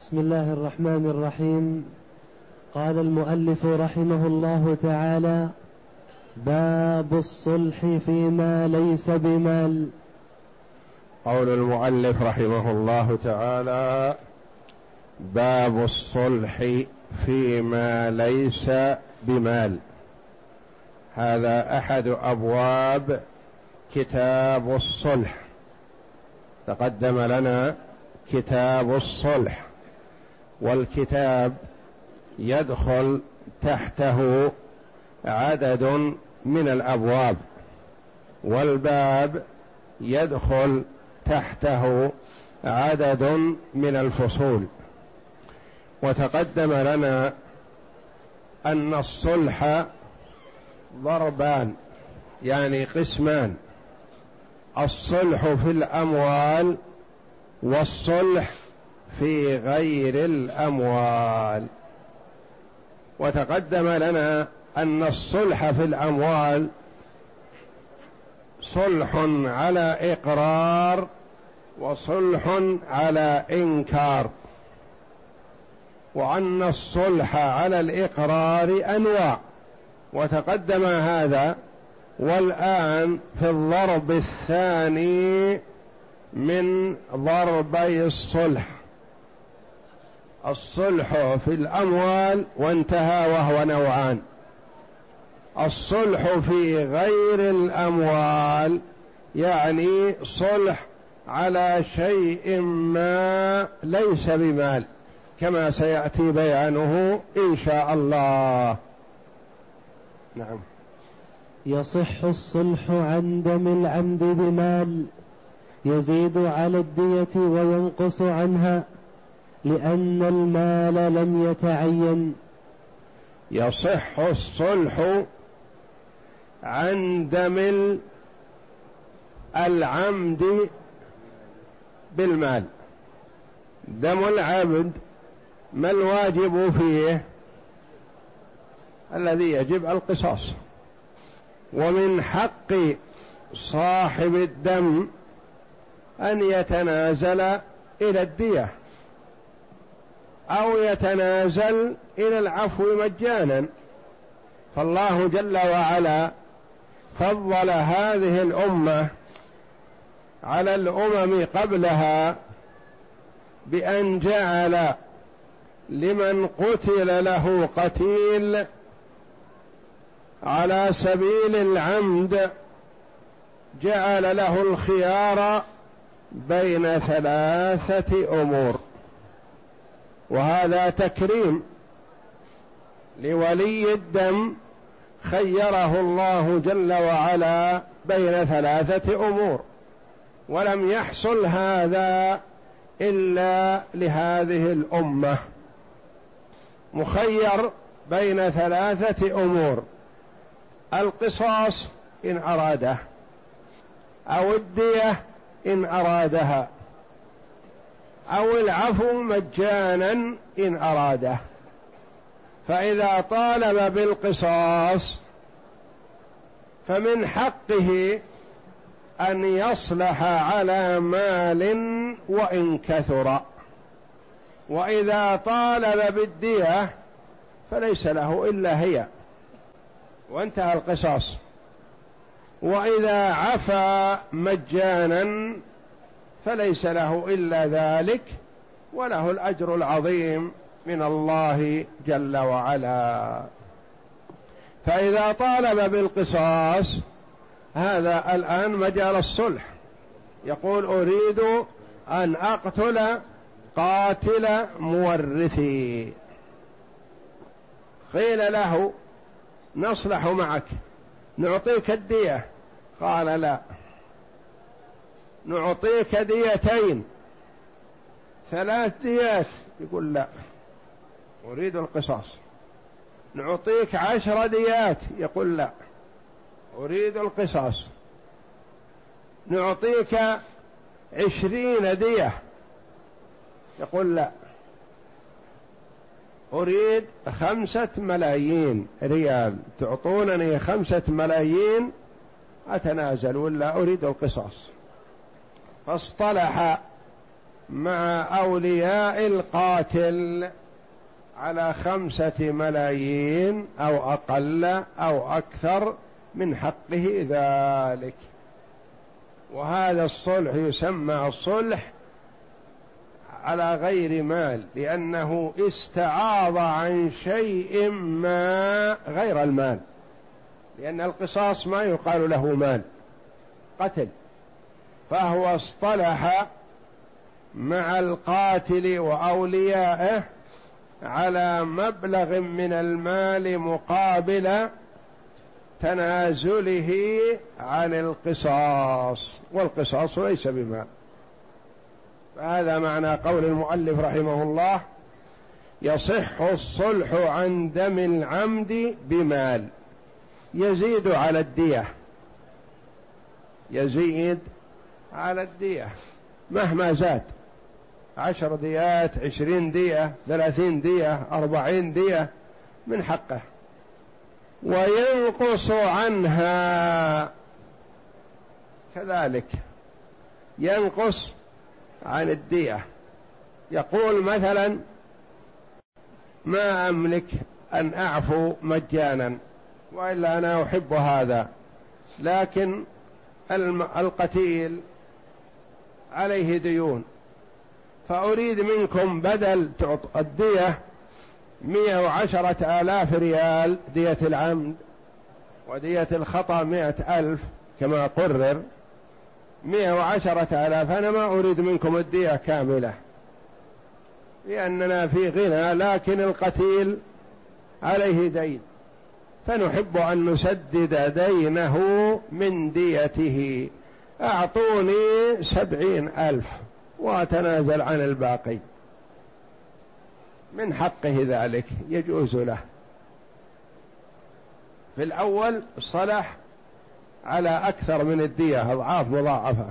بسم الله الرحمن الرحيم. قال المؤلف رحمه الله تعالى: باب الصلح فيما ليس بمال. قول المؤلف رحمه الله تعالى: باب الصلح فيما ليس بمال. هذا أحد أبواب كتاب الصلح. تقدم لنا كتاب الصلح، والكتاب يدخل تحته عدد من الأبواب، والباب يدخل تحته عدد من الفصول. وتقدم لنا أن الصلح ضربان، يعني قسمان: الصلح في الأموال والصلح في غير الأموال. وتقدم لنا أن الصلح في الأموال صلح على إقرار وصلح على إنكار، وأن الصلح على الإقرار أنواع، وتقدم هذا. والآن في الضرب الثاني من ضربي الصلح، الصلح في الأموال، وانتهى وهو نوعان: الصلح في غير الأموال، يعني صلح على شيء ما ليس بمال، كما سيأتي بيانه إن شاء الله. نعم. يصح الصلح عن دم العمد بمال، يزيد على الدية وينقص عنها، لأن المال لم يتعين. يصح الصلح عن دم العمد بالمال. دم العبد ما الواجب فيه؟ الذي يجب القصاص، ومن حق صاحب الدم أن يتنازل إلى الدية أو يتنازل إلى العفو مجانا. فالله جل وعلا فضل هذه الأمة على الأمم قبلها بأن جعل لمن قتل له قتيل على سبيل العمد، جعل له الخيار بين ثلاثة أمور، وهذا تكريم لولي الدم. خيره الله جل وعلا بين ثلاثة أمور، ولم يحصل هذا إلا لهذه الأمة. مخير بين ثلاثة أمور: القصاص إن أراده، أو الدية إن أرادها، أو العفو مجانا إن أراده. فإذا طالب بالقصاص فمن حقه أن يصلح على مال وإن كثر، وإذا طالب بالدية فليس له إلا هي، وانتهى القصاص. وإذا عفا مجانا فليس له إلا ذلك، وله الأجر العظيم من الله جل وعلا. فإذا طالب بالقصاص، هذا الآن مجال الصلح، يقول: أريد أن أقتل قاتل مورثي. قيل له: نصلح معك، نعطيك الدية. قال: لا، نعطيك ديتين، 3 ديات. يقول: لا، أريد القصاص. نعطيك 10 ديات. يقول: لا، أريد القصاص. نعطيك 20 دية. يقول: لا، أريد 5 ملايين ريال. تعطونني 5 ملايين أتنازل، ولا أريد القصاص. فاصطلح مع أولياء القاتل على 5 ملايين أو أقل أو أكثر من حقه ذلك. وهذا الصلح يسمى الصلح على غير مال، لأنه استعاض عن شيء ما غير المال، لأن القصاص ما يقال له مال، قتل، فهو اصطلح مع القاتل وأوليائه على مبلغ من المال مقابل تنازله عن القصاص، والقصاص ليس بمال. فهذا معنى قول المؤلف رحمه الله: يصح الصلح عن دم العمد بمال يزيد على الدية، يزيد على الدية مهما زاد، 10 ديات، 20 دية، 30 دية، 40 دية من حقه، وينقص عنها كذلك، ينقص عن الدية. يقول مثلا: ما أملك أن أعفو مجانا، وإلا أنا أحب هذا، لكن القتيل عليه ديون، فأريد منكم بدل الدية 110,000 ريال دية العمد، ودية الخطأ 100,000 كما قرر، 110,000، أنا ما أريد منكم الدية كاملة لأننا في غنى، لكن القتيل عليه دين، فنحب أن نسدد دينه من ديته، أعطوني 70,000 وأتنازل عن الباقي، من حقه ذلك، يجوز له. في الأول صلح على أكثر من الدية، أضعاف مضاعفة،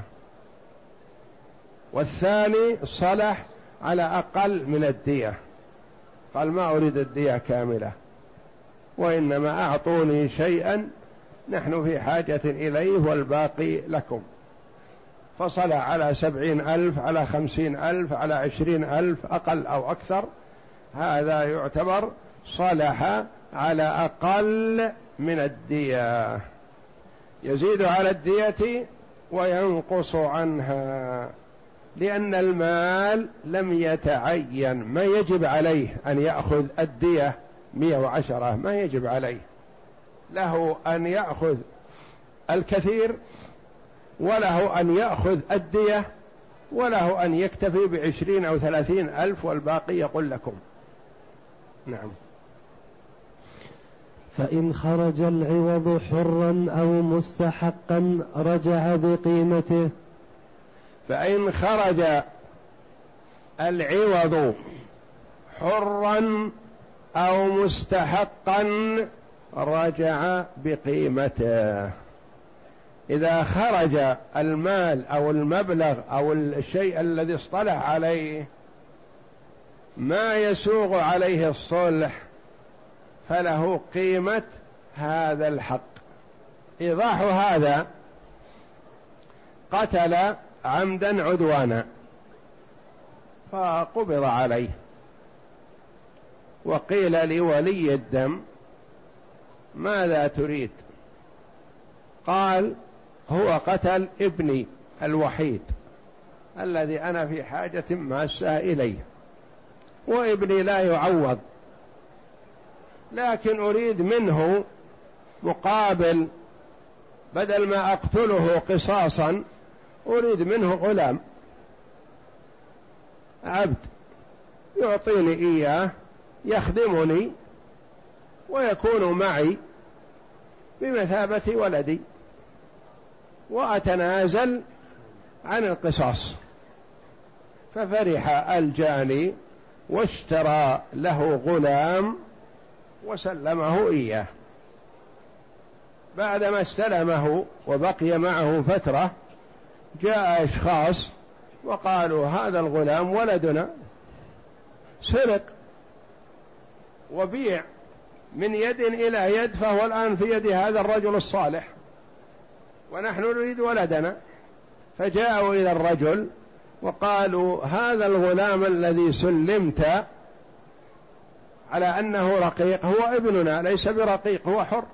والثاني صلح على أقل من الدية، قال ما أريد الدية كاملة، وإنما أعطوني شيئا نحن في حاجة إليه والباقي لكم، فصلح على 70,000، على 50,000، على 20,000 أقل أو أكثر، هذا يعتبر صلح على أقل من الدية، يزيد على الدية وينقص عنها، لأن المال لم يتعين، ما يجب عليه أن يأخذ الدية 110، ما يجب عليه، له أن يأخذ الكثير، وله أن يأخذ الدية، وله أن يكتفي ب20 أو 30,000 والباقي يقول لكم. نعم. فإن خرج العوض حرا أو مستحقا رجع بقيمته. فإن خرج العوض حرا أو مستحقا رجع بقيمته. إذا خرج المال أو المبلغ أو الشيء الذي اصطلح عليه ما يسوغ عليه الصلح، فله قيمة هذا الحق. إيضاح هذا: قتل عمدا عدوانا فقبض عليه، وقيل لولي الدم: ماذا تريد؟ قال: هو قتل ابني الوحيد الذي أنا في حاجة ماسة إليه، وابني لا يعوض، لكن أريد منه مقابل، بدل ما أقتله قصاصا أريد منه غلام عبد يعطيني إياه يخدمني ويكون معي بمثابة ولدي، وأتنازل عن القصاص. ففرح الجاني واشترى له غلام وسلمه إياه. بعدما استلمه وبقي معه فترة، جاء أشخاص وقالوا: هذا الغلام ولدنا سرق وبيع من يد إلى يد، فهو الآن في يد هذا الرجل الصالح، ونحن نريد ولدنا. فجاءوا إلى الرجل وقالوا هذا الغلام الذي سلمت على أنه رقيق هو ابننا، ليس برقيق، هو حر،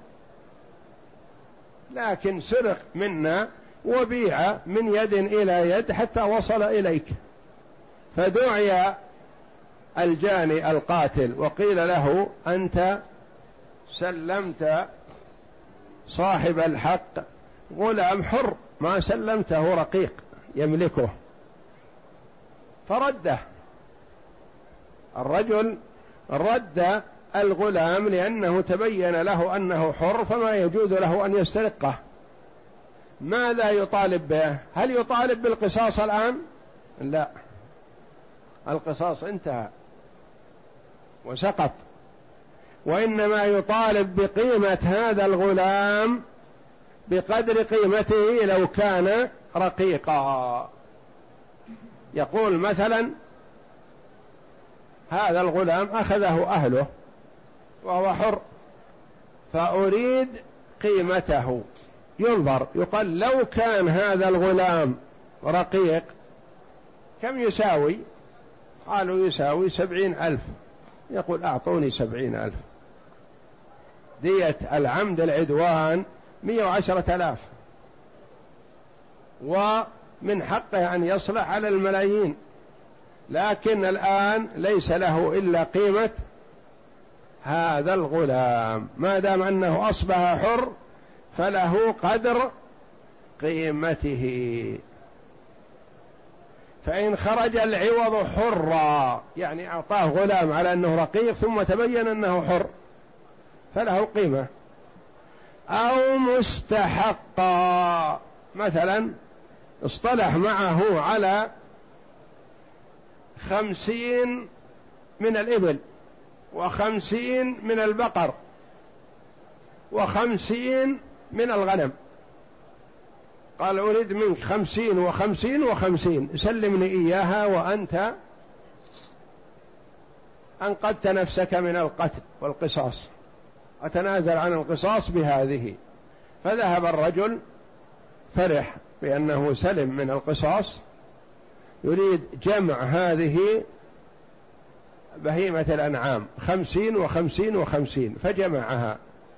لكن سرق منا وبيع من يد إلى يد حتى وصل إليك. فدعي الجاني القاتل وقيل له أنت سلمت صاحب الحق غلام حر، ما سلمته رقيق يملكه. فرده الرجل، رد الغلام لأنه تبين له أنه حر، فما يجوز له أن يسترقه. ماذا يطالب به؟ هل يطالب بالقصاص الآن؟ لا، القصاص انتهى وسقط، وإنما يطالب بقيمة هذا الغلام بقدر قيمته لو كان رقيقا. يقول مثلا هذا الغلام أخذه أهله وهو حر، فأريد قيمته. ينظر، يقال لو كان هذا الغلام رقيق كم يساوي؟ قالوا يساوي 70,000. يقول أعطوني 70,000. دية العمد العدوان 110,000، ومن حقه أن يصلح على الملايين، لكن الآن ليس له إلا قيمة هذا الغلام، ما دام أنه أصبح حر فله قدر قيمته. فإن خرج العوض حرا، يعني أعطاه غلام على أنه رقيق ثم تبين أنه حر، فله قيمة. أو مستحقا، مثلا اصطلح معه على 50 من الإبل، 50 من البقر، 50 من الغنم. قال أريد منك 50 و50 و50، سلمني إياها وأنت أنقذت نفسك من القتل والقصاص، أتنازل عن القصاص بهذه. فذهب الرجل فرح بأنه سلم من القصاص، يريد جمع هذه بهيمة الأنعام 50 و50 و50، فجمعها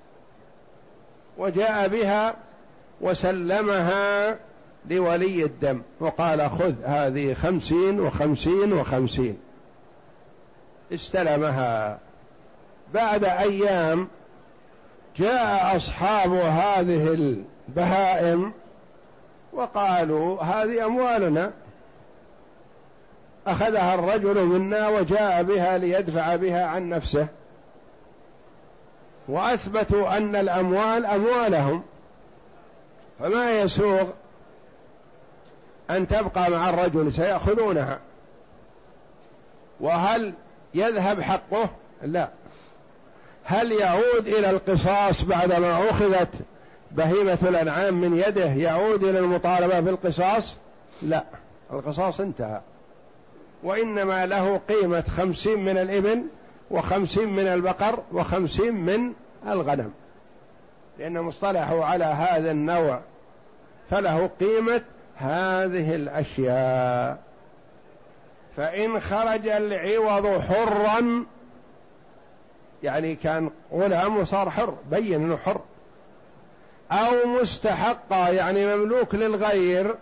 وجاء بها وسلمها لولي الدم وقال خذ هذه 50 و50 و50. استلمها. بعد أيام جاء أصحاب هذه البهائم وقالوا هذه أموالنا، أخذها الرجل منا وجاء بها ليدفع بها عن نفسه، وأثبتوا أن الأموال أموالهم، فما يسوغ أن تبقى مع الرجل، سيأخذونها. وهل يذهب حقه؟ لا. هل يعود إلى القصاص بعدما أخذت بهيمة الأنعام من يده، يعود إلى المطالبة بالقصاص؟ لا، القصاص انتهى، وإنما له قيمة 50 من الإبل و50 من البقر و50 من الغنم، لأنهم اصطلحوا على هذا النوع، فله قيمة هذه الأشياء. فإن خرج العوض حرا، يعني كان غلام وصار حر، بين أنه حر، أو مستحقا يعني مملوك للغير،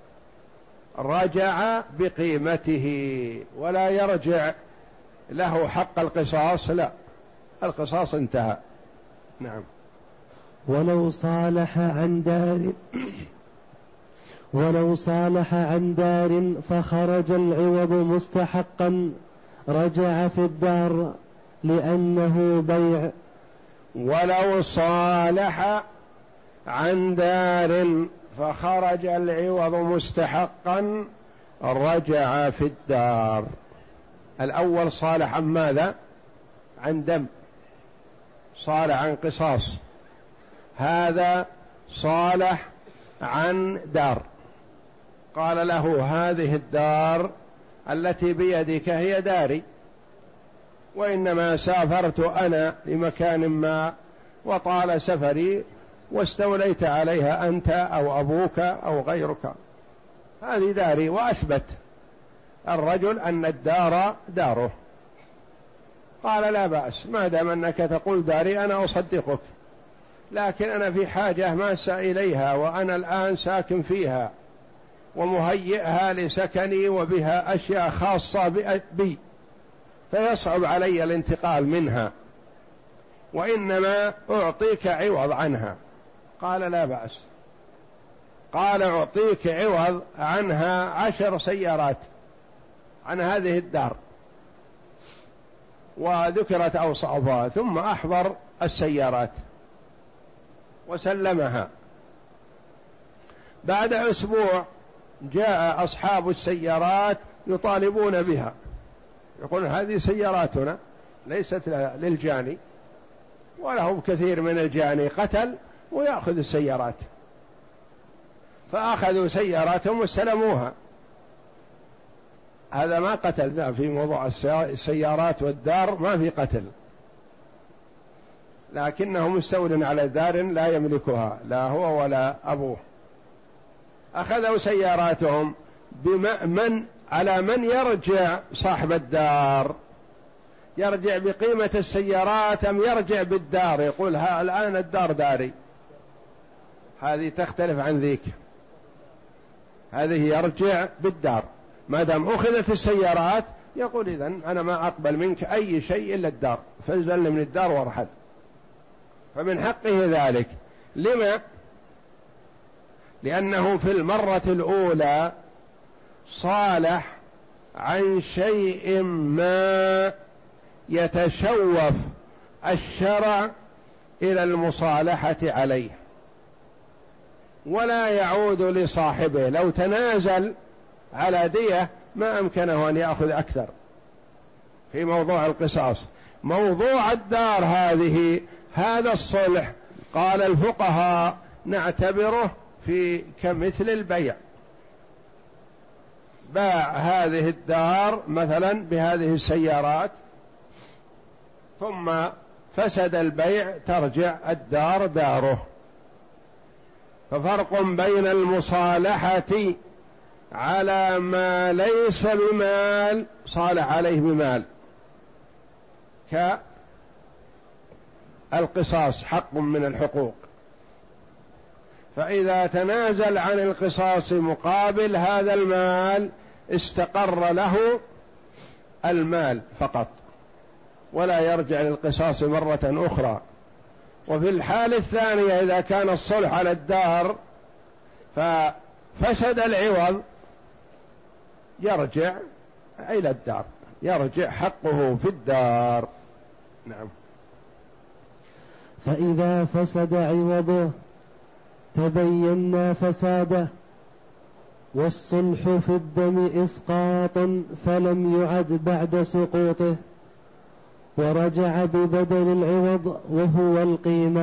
رجع بقيمته ولا يرجع له حق القصاص، لا، القصاص انتهى. نعم. ولو صالح عن دار فخرج العوض مستحقا رجع في الدار لأنه بيع. ولو صالح عن دار فخرج العوض مستحقا رجع في الدار. الأول صالح عن ماذا؟ عن دم، صالح عن قصاص. هذا صالح عن دار، قال له هذه الدار التي بيدك هي داري، وإنما سافرت أنا لمكان ما وطال سفري واستوليت عليها أنت أو أبوك أو غيرك، هذه داري، وأثبت الرجل أن الدار داره. قال لا بأس، ما دام أنك تقول داري أنا أصدقك، لكن أنا في حاجة ماسة إليها، وأنا الآن ساكن فيها ومهيئها لسكني وبها أشياء خاصة بي، فيصعب علي الانتقال منها، وإنما أعطيك عوض عنها. قال لا بأس. قال أعطيك عوض عنها 10 سيارات عن هذه الدار، وذكرت أوصافها، ثم أحضر السيارات وسلمها. بعد أسبوع جاء أصحاب السيارات يطالبون بها، يقول هذه سياراتنا ليست للجاني، وله كثير من الجاني قتل ويأخذ السيارات. فأخذوا سياراتهم واستلموها. هذا ما قتل، في موضوع السيارات والدار ما في قتل، لكنه مستول على دار لا يملكها لا هو ولا أبوه. أخذوا سياراتهم على من يرجع صاحب الدار؟ يرجع بقيمة السيارات أم يرجع بالدار؟ يقول الآن الدار داري. هذه تختلف عن ذيك، هذه يرجع بالدار. ما دام أخذت السيارات يقول إذن أنا ما أقبل منك أي شيء إلا الدار، فانزلني من الدار وارحل. فمن حقه ذلك. لما؟ لأنه في المرة الأولى صالح عن شيء ما يتشوف الشرع إلى المصالحة عليه، ولا يعود لصاحبه. لو تنازل على دية ما أمكنه أن يأخذ أكثر. في موضوع القصاص، موضوع الدار هذا الصلح قال الفقهاء نعتبره في كمثل البيع. باع هذه الدار مثلا بهذه السيارات، ثم فسد البيع، ترجع الدار داره. ففرق بين المصالحة على ما ليس بمال صالح عليه بمال، كالقصاص حق من الحقوق، فإذا تنازل عن القصاص مقابل هذا المال استقر له المال فقط، ولا يرجع للقصاص مرة أخرى. وفي الحالة الثانية إذا كان الصلح على الدار ففسد العوض يرجع إلى الدار، يرجع حقه في الدار. نعم. فإذا فسد عوضه تبين فساده، والصلح في الدم إسقاط فلم يعد بعد سقوطه، ورجع ببدل العوض وهو القيمة.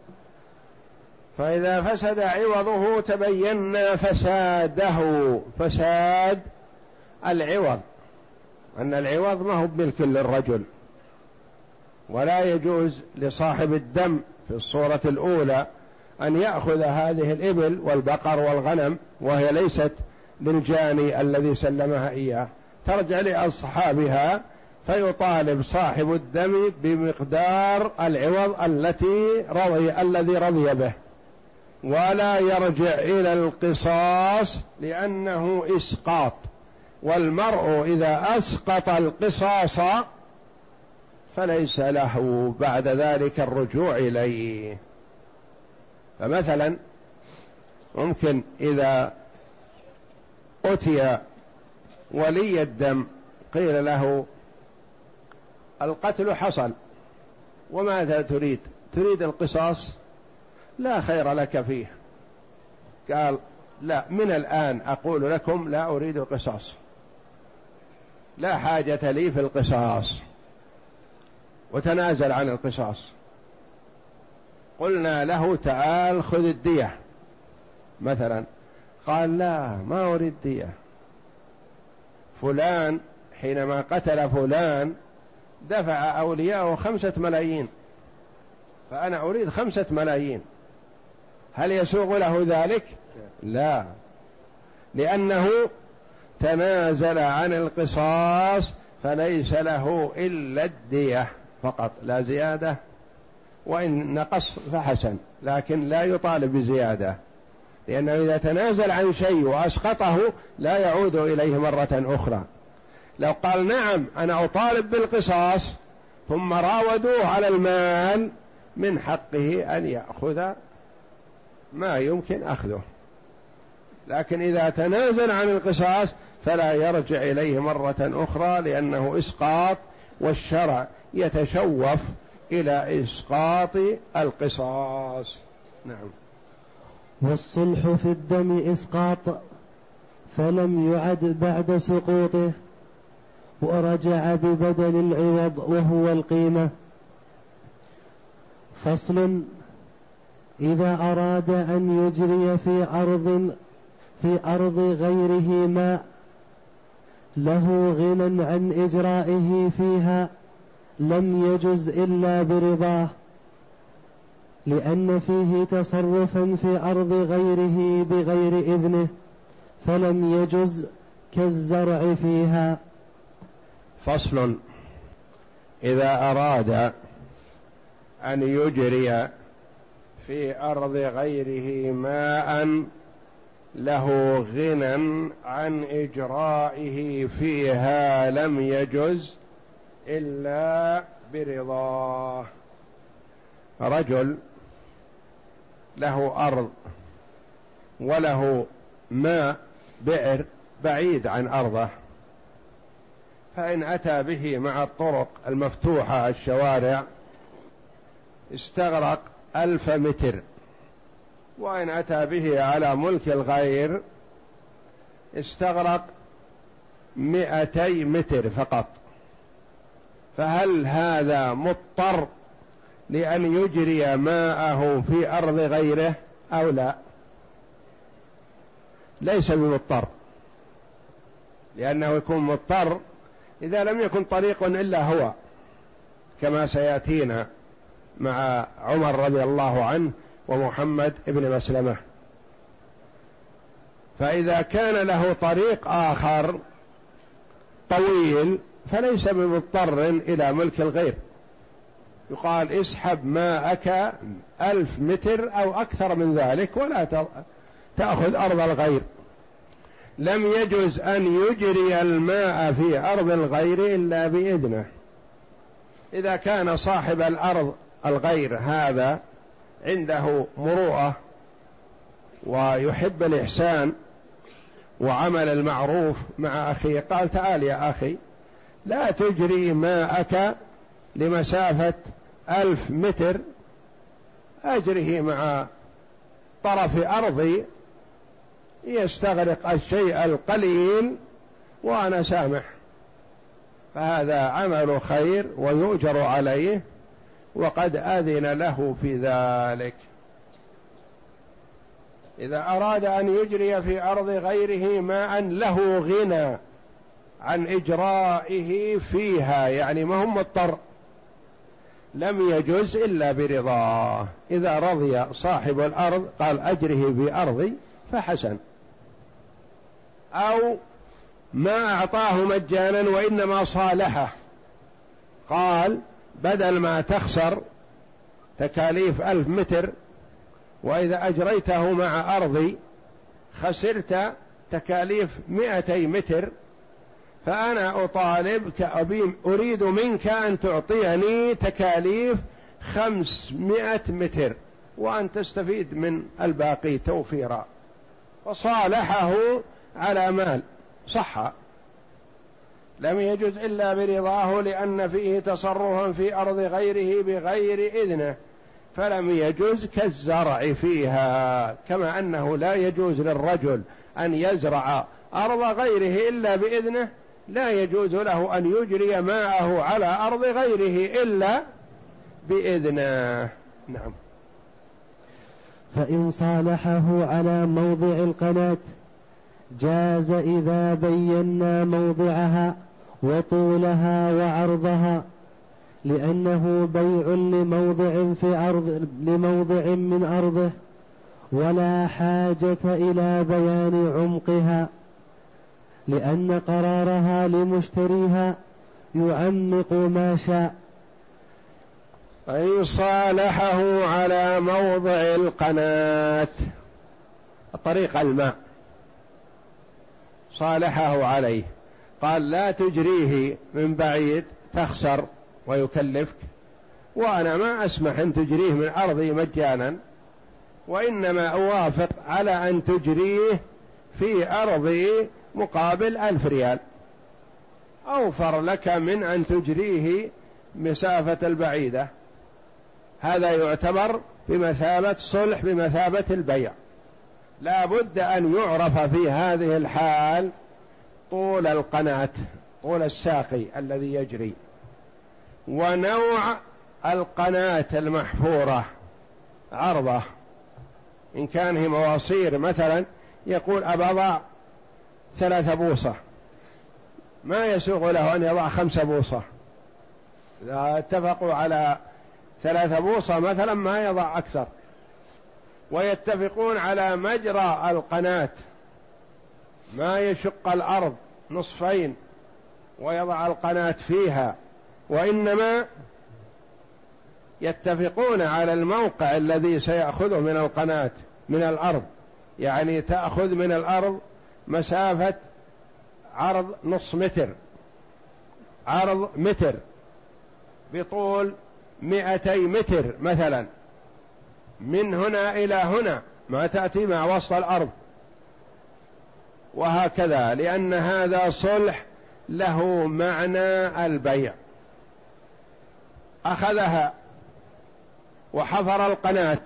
فإذا فسد عوضه تبين فساده، فساد العوض، أن العوض ما هو بملك للرجل، ولا يجوز لصاحب الدم في الصورة الأولى أن يأخذ هذه الإبل والبقر والغنم وهي ليست للجاني الذي سلمها إياه، ترجع لأصحابها، فيطالب صاحب الدم بمقدار العوض الذي رضي به، ولا يرجع إلى القصاص لأنه إسقاط. والمرء إذا أسقط القصاص فليس له بعد ذلك الرجوع إليه. فمثلا ممكن إذا أتي ولي الدم قيل له القتل حصل وماذا تريد؟ تريد القصاص؟ لا خير لك فيه. قال لا، من الآن أقول لكم لا أريد القصاص، لا حاجة لي في القصاص، وتنازل عن القصاص. قلنا له تعال خذ الدية مثلا، قال لا ما أريد دية، فلان حينما قتل فلان دفع أولياءه 5 ملايين، فأنا أريد 5 ملايين. هل يسوغ له ذلك؟ لا، لأنه تنازل عن القصاص فليس له إلا الدية فقط لا زيادة، وإن نقص فحسن، لكن لا يطالب بزيادة، لأنه إذا تنازل عن شيء وأسقطه لا يعود إليه مرة أخرى. لو قال نعم أنا أطالب بالقصاص ثم راودوه على المال من حقه أن يأخذ ما يمكن أخذه، لكن إذا تنازل عن القصاص فلا يرجع إليه مرة أخرى لأنه إسقاط، والشرع يتشوف إلى إسقاط القصاص. نعم. والصلح في الدم إسقاط فلم يعد بعد سقوطه، ورجع ببدل العوض وهو القيمة. فصل: إذا أراد أن يجري في أرض غيره ماء له غنى عن إجرائه فيها لم يجز إلا برضاه، لأن فيه تصرفا في أرض غيره بغير إذنه فلم يجز كالزرع فيها. فصل: إذا أراد أن يجري في أرض غيره ماء له غنى عن إجرائه فيها لم يجز إلا برضاه. رجل له أرض وله ماء بئر بعيد عن أرضه، فإن أتى به مع الطرق المفتوحة الشوارع استغرق 1000 متر، وإن أتى به على ملك الغير استغرق 200 متر فقط، فهل هذا مضطر لأن يجري ماءه في أرض غيره أو لا؟ ليس بمضطر، لأنه يكون مضطر إذا لم يكن طريق إلا هو، كما سيأتينا مع عمر رضي الله عنه ومحمد بن مسلمة. فإذا كان له طريق آخر طويل فليس بمضطر إلى ملك الغير، يقال اسحب ماءك 1000 متر أو أكثر من ذلك ولا تأخذ أرض الغير. لم يجوز أن يجري الماء في أرض الغير إلا بإذنه. إذا كان صاحب الأرض الغير هذا عنده مروءة ويحب الإحسان وعمل المعروف مع أخيه، قال تعال يا أخي لا تجري ماءك لمسافة 1000 متر، أجره مع طرف أرضي يستغرق الشيء القليل وأنا سامح، فهذا عمل خير ويؤجر عليه وقد أذن له في ذلك. إذا أراد أن يجري في أرض غيره ماء له غنى عن إجرائه فيها، يعني ما هم مضطر، لم يجوز إلا برضاه. إذا رضي صاحب الأرض قال أجره بأرضي فحسن، أو ما أعطاه مجانا وإنما صالحه، قال بدل ما تخسر تكاليف 1000 متر وإذا أجريته مع أرضي خسرت تكاليف 200 متر، فأنا أطالبك أريد منك أن تعطيني تكاليف 500 متر وأن تستفيد من الباقي توفيرا، وصالحه على مال صح. لم يجوز إلا برضاه لأن فيه تصرفا في أرض غيره بغير إذنه، فلم يجوز كالزرع فيها، كما أنه لا يجوز للرجل أن يزرع أرض غيره إلا بإذنه، لا يجوز له أن يجري ماءه على أرض غيره إلا بإذنه. نعم. فإن صالحه على موضع القناة جاز إذا بينا موضعها وطولها وعرضها، لأنه بيع لموضع من أرضه ولا حاجة إلى بيان عمقها، لأن قرارها لمشتريها يعمق ما شاء. فإن صالحه على موضع القناة، طريق الماء، صالحه عليه، قال لا تجريه من بعيد تخسر ويكلفك، وأنا ما أسمح أن تجريه من أرضي مجانا، وإنما أوافق على أن تجريه في أرضي مقابل 1000 ريال، أوفر لك من أن تجريه مسافة البعيدة. هذا يعتبر بمثابة صلح، بمثابة البيع. لا بد أن يعرف في هذه الحال طول القناة، طول الساقي الذي يجري، ونوع القناة المحفورة، عرضه، إن كان هي مواصير مثلا يقول أبضع 3 بوصة، ما يسوغ له أن يضع 5 بوصة. إذا اتفقوا على 3 بوصة مثلا ما يضع أكثر، ويتفقون على مجرى القناة، ما يشق الأرض نصفين ويضع القناة فيها، وإنما يتفقون على الموقع الذي سيأخذه من القناة من الأرض، يعني تأخذ من الأرض مسافة عرض 0.5 متر، عرض متر، بطول 200 متر مثلا، من هنا إلى هنا، ما تأتي مع وسط الأرض، وهكذا، لأن هذا صلح له معنى البيع. أخذها وحفر القناة،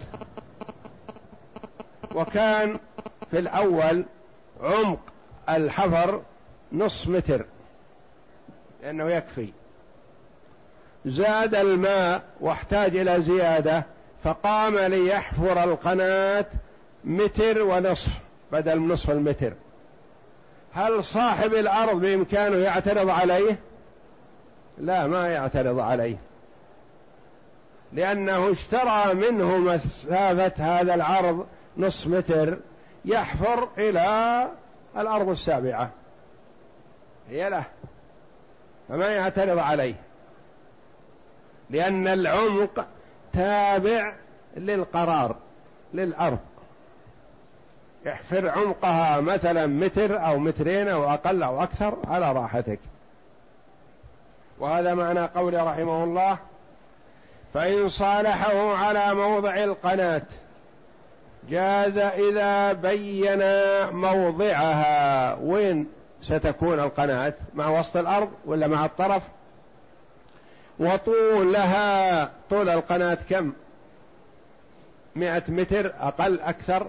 وكان في الأول عمق الحفر 0.5 متر لأنه يكفي، زاد الماء واحتاج إلى زيادة، فقام ليحفر القناة 1.5 متر بدل من 0.5 متر. هل صاحب الأرض بإمكانه يعترض عليه؟ لا، ما يعترض عليه، لأنه اشترى منه مسافة هذا العرض 0.5 متر يحفر إلى الأرض السابعة، هي له، فما يعترض عليه، لأن العمق تابع للقرار للأرض، احفر عمقها مثلا 1 متر أو 2 متر أو أقل أو أكثر على راحتك. وهذا معنى قول رحمه الله: فإن صالحه على موضع القناة جاز إذا بين موضعها. وين ستكون القناة؟ مع وسط الأرض ولا مع الطرف؟ وطولها، طول القناة كم؟ 100 متر أقل أكثر.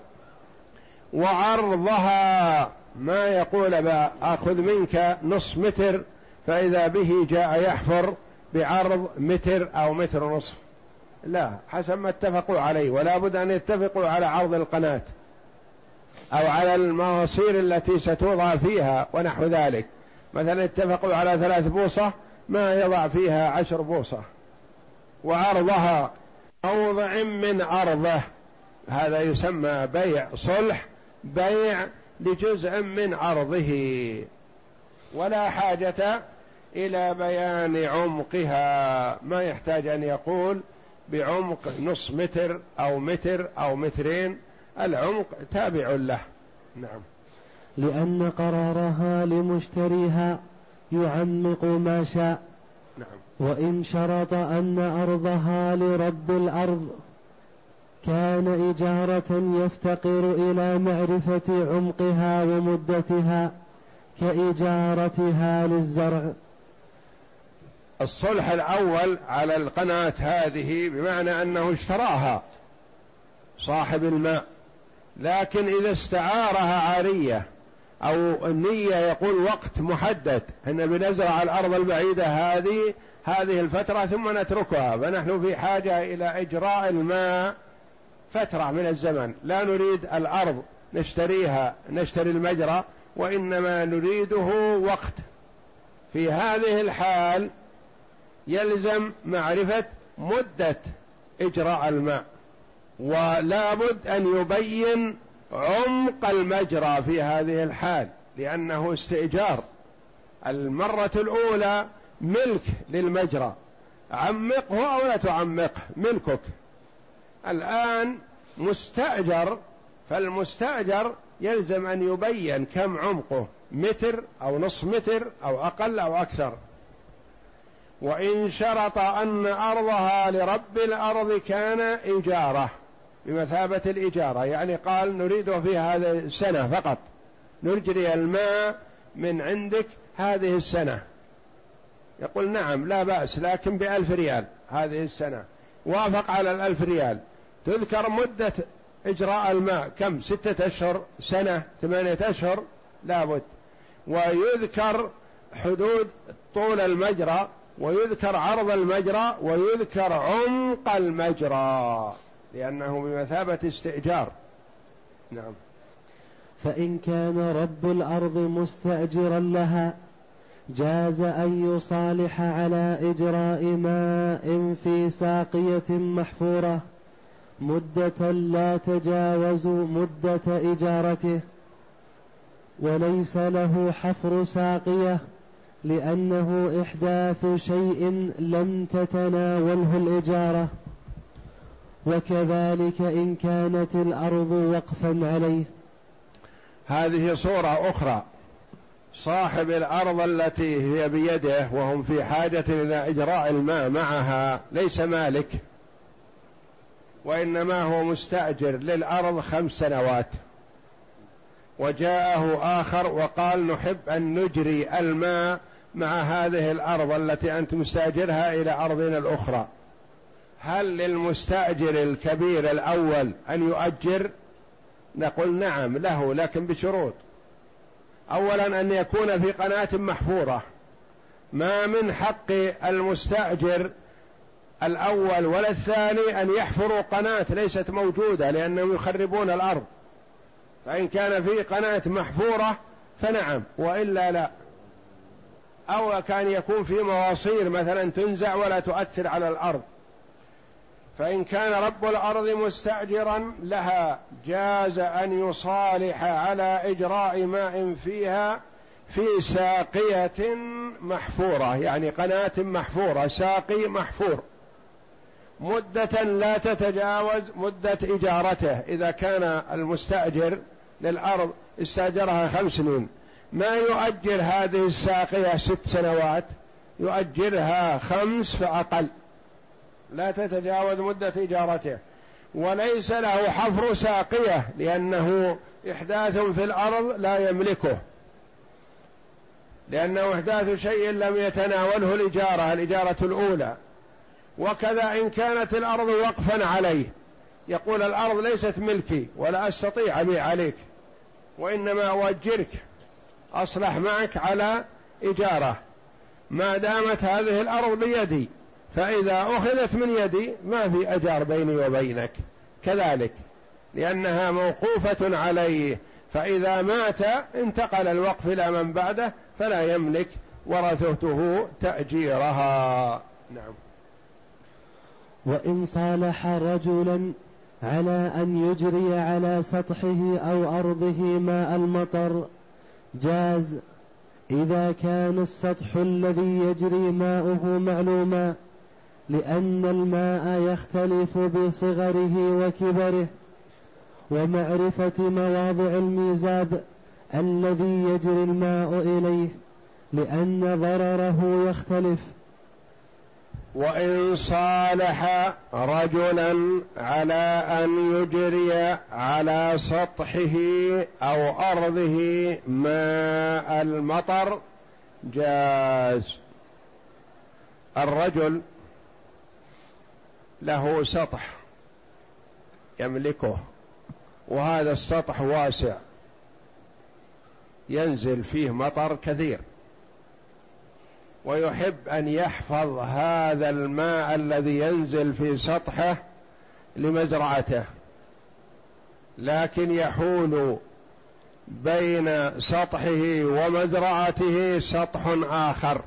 وعرضها، ما يقول أخذ منك 0.5 متر فإذا به جاء يحفر بعرض 1 متر أو 1.5 متر، لا، حسب ما اتفقوا عليه، ولا بد أن يتفقوا على عرض القناة أو على المواصير التي ستوضع فيها ونحو ذلك. مثلا اتفقوا على 3 بوصة، ما يضع فيها 10 بوصة. وعرضها موضع من أرضه، هذا يسمى بيع صلح، بيع لجزء من عرضه، ولا حاجة إلى بيان عمقها، ما يحتاج أن يقول بعمق 0.5 متر أو 1 متر أو 2 مترين، العمق تابع له. نعم. لأن قرارها لمشتريها يعمق ما شاء. نعم. وإن شرط أن أرضها لرب الأرض كان إجارة يفتقر إلى معرفة عمقها ومدتها كإجارتها للزرع. الصلح الأول على القناة هذه بمعنى أنه اشتراها صاحب الماء، لكن إذا استعارها عارية أو النية يقول وقت محدد، إن بنزرع الأرض البعيدة هذه الفترة ثم نتركها، فنحن في حاجة إلى إجراء الماء فترة من الزمن، لا نريد الأرض نشتريها نشتري المجرى، وإنما نريده وقت. في هذه الحال يلزم معرفة مدة إجراء الماء، ولا بد أن يبين عمق المجرى في هذه الحال، لأنه استئجار. المرة الأولى ملك للمجرى، عمقه أو لا تعمقه ملكك. الآن مستأجر، فالمستأجر يلزم أن يبين كم عمقه، متر أو نصف متر أو أقل أو أكثر. وإن شرط أن أرضها لرب الأرض كان إجارة بمثابة الإجارة، يعني قال نريده في هذه السنة فقط، نجري الماء من عندك هذه السنة، يقول نعم لا بأس، لكن ب1000 ريال هذه السنة. وافق على 1000 ريال. تذكر مدة إجراء الماء كم؟ 6 أشهر، سنة، 8 أشهر، لابد. ويذكر حدود طول المجرى، ويذكر عرض المجرى، ويذكر عمق المجرى، لأنه بمثابة استئجار. نعم. فإن كان رب الأرض مستأجرا لها جاز أن يصالح على إجراء ماء في ساقية محفورة مدة لا تجاوز مدة إجارته، وليس له حفر ساقية لأنه إحداث شيء لم تتناوله الإجارة. وكذلك إن كانت الأرض وقفا عليه. هذه صورة أخرى، صاحب الأرض التي هي بيده وهم في حاجة إلى إجراء الماء معها ليس مالك، وإنما هو مستأجر للأرض 5 سنوات، وجاءه آخر وقال نحب أن نجري الماء مع هذه الأرض التي أنت مستأجرها إلى أرضنا الأخرى. هل للمستأجر الكبير الأول أن يؤجر؟ نقول نعم له، لكن بشروط. أولا أن يكون في قناة محفورة، ما من حق المستأجر الأول ولا الثاني أن يحفروا قناة ليست موجودة، لأنهم يخربون الأرض. فإن كان في قناة محفورة فنعم، وإلا لا. أو كان يكون في مواصير مثلا تنزع ولا تؤثر على الأرض. فإن كان رب الأرض مستأجرا لها جاز أن يصالح على إجراء ماء فيها في ساقية محفورة، يعني قناة محفورة، ساقي محفور، مدة لا تتجاوز مدة إجارته. إذا كان المستأجر للأرض استأجرها 5 سنين، ما يؤجر هذه الساقية 6 سنوات، يؤجرها 5 فأقل، لا تتجاوز مدة إجارته. وليس له حفر ساقية لأنه إحداث في الأرض لا يملكه، لأنه إحداث شيء لم يتناوله الإجارة الأولى. وكذا إن كانت الأرض وقفا عليه، يقول الأرض ليست ملكي ولا أستطيع أبيع عليك، وإنما أؤجرك، أصلح معك على إجارة، ما دامت هذه الأرض بيدي، فإذا أخذت من يدي ما في أجار بيني وبينك. كذلك لأنها موقوفة عليه، فإذا مات انتقل الوقف إلى من بعده فلا يملك ورثته تأجيرها. نعم. وإن صالح رجلا على أن يجري على سطحه أو أرضه ماء المطر جاز إذا كان السطح الذي يجري ماؤه معلوما، لأن الماء يختلف بصغره وكبره ومعرفة مواضع الميزاب الذي يجري الماء إليه، لأن ضرره يختلف. وإن صالح رجلا على أن يجري على سطحه أو أرضه ماء المطر جاز. الرجل له سطح يملكه، وهذا السطح واسع ينزل فيه مطر كثير، ويحب أن يحفظ هذا الماء الذي ينزل في سطحه لمزرعته، لكن يحول بين سطحه ومزرعته سطح آخر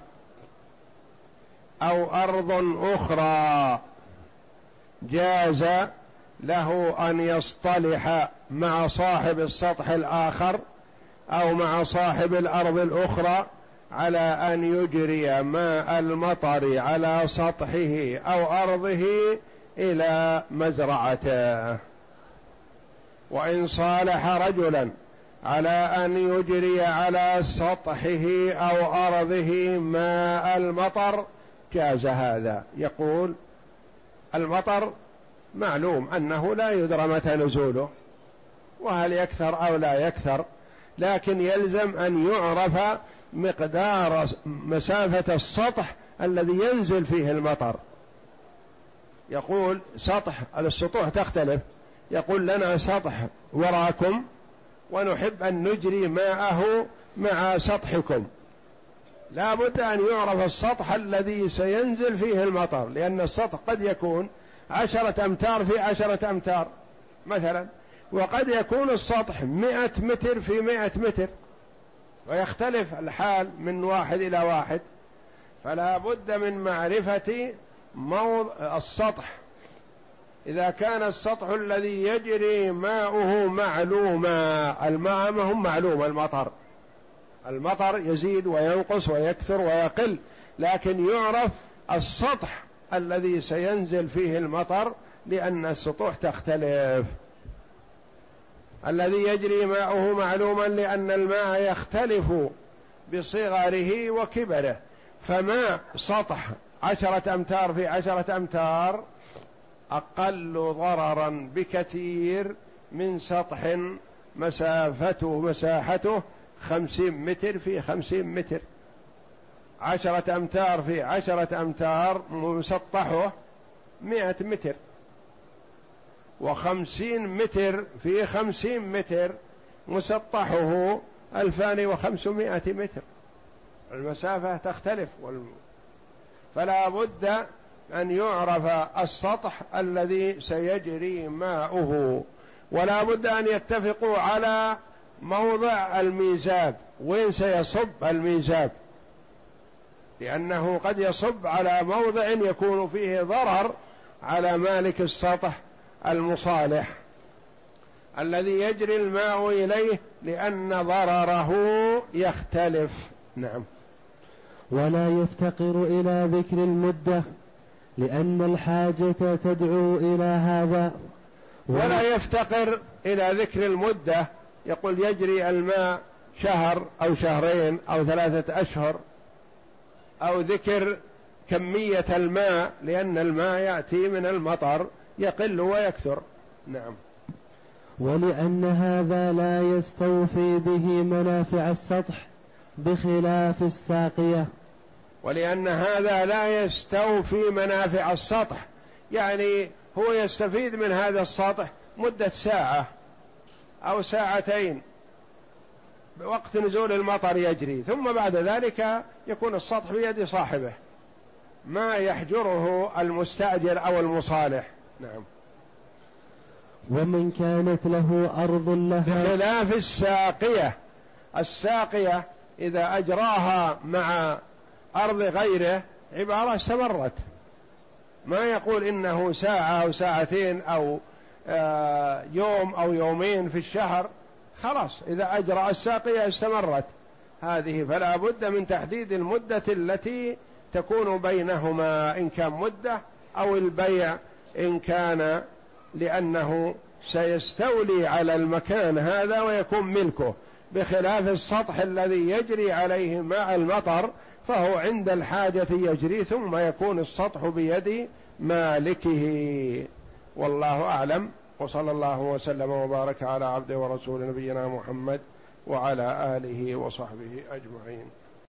أو أرض أخرى، جاز له أن يصطلح مع صاحب السطح الآخر أو مع صاحب الأرض الأخرى على أن يجري ماء المطر على سطحه أو أرضه إلى مزرعته. وإن صالح رجلا على أن يجري على سطحه أو أرضه ماء المطر جاز هذا. يقول المطر معلوم أنه لا يدرى متى نزوله وهل يكثر أو لا يكثر، لكن يلزم أن يعرف مقدار مسافة السطح الذي ينزل فيه المطر. يقول السطوح تختلف، يقول لنا سطح وراكم ونحب أن نجري ماءه مع سطحكم، لا بد أن يعرف السطح الذي سينزل فيه المطر، لأن السطح قد يكون 10 أمتار في 10 أمتار مثلا، وقد يكون السطح 100 متر في 100 متر، ويختلف الحال من واحد إلى واحد. فلا بد من معرفة موضع السطح. إذا كان السطح الذي يجري ماؤه معلوما، الماء ما هم معلوم، المطر يزيد وينقص ويكثر ويقل، لكن يعرف السطح الذي سينزل فيه المطر لأن السطوح تختلف. الذي يجري ماؤه معلوما لأن الماء يختلف بصغره وكبره، فماء سطح 10 أمتار في 10 أمتار أقل ضررا بكثير من سطح مساحته 50 متر في 50 متر. 10 أمتار في 10 أمتار مسطحه 100 متر، و50 متر في 50 متر مسطحه 2500 متر، المسافة تختلف. فلا بد أن يعرف السطح الذي سيجري ماؤه، ولا بد أن يتفقوا على موضع الميزاب، وين سيصب الميزاب، لأنه قد يصب على موضع يكون فيه ضرر على مالك السطح المصالح الذي يجري الماء إليه، لأن ضرره يختلف. نعم. ولا يفتقر إلى ذكر المدة لأن الحاجة تدعو إلى هذا. ولا يفتقر إلى ذكر المدة، يقول يجري الماء 1 شهر أو 2 أو 3 أشهر، أو ذكر كمية الماء، لأن الماء يأتي من المطر يقل ويكثر. نعم. ولأن هذا لا يستوفي به منافع السطح بخلاف الساقية. ولأن هذا لا يستوفي منافع السطح، يعني هو يستفيد من هذا السطح مدة 1 ساعة أو 2 ساعتين بوقت نزول المطر يجري، ثم بعد ذلك يكون السطح بيد صاحبه، ما يحجره المستأجر أو المصالح. نعم. ومن كانت له أرض لها، بخلاف الساقية إذا أجراها مع أرض غيره عبارة استمرت، ما يقول إنه 1 ساعة أو 2 ساعتين أو يوم أو يومين في الشهر، خلاص إذا أجرى الساقية استمرت هذه. فلا بد من تحديد المدة التي تكون بينهما، إن كان مدة أو البيع إن كان، لأنه سيستولي على المكان هذا ويكون ملكه، بخلاف السطح الذي يجري عليه ماء المطر فهو عند الحاجة يجري، ثم يكون السطح بيد مالكه. والله أعلم، وصلى الله وسلم وبارك على عبده ورسول نبينا محمد وعلى آله وصحبه أجمعين.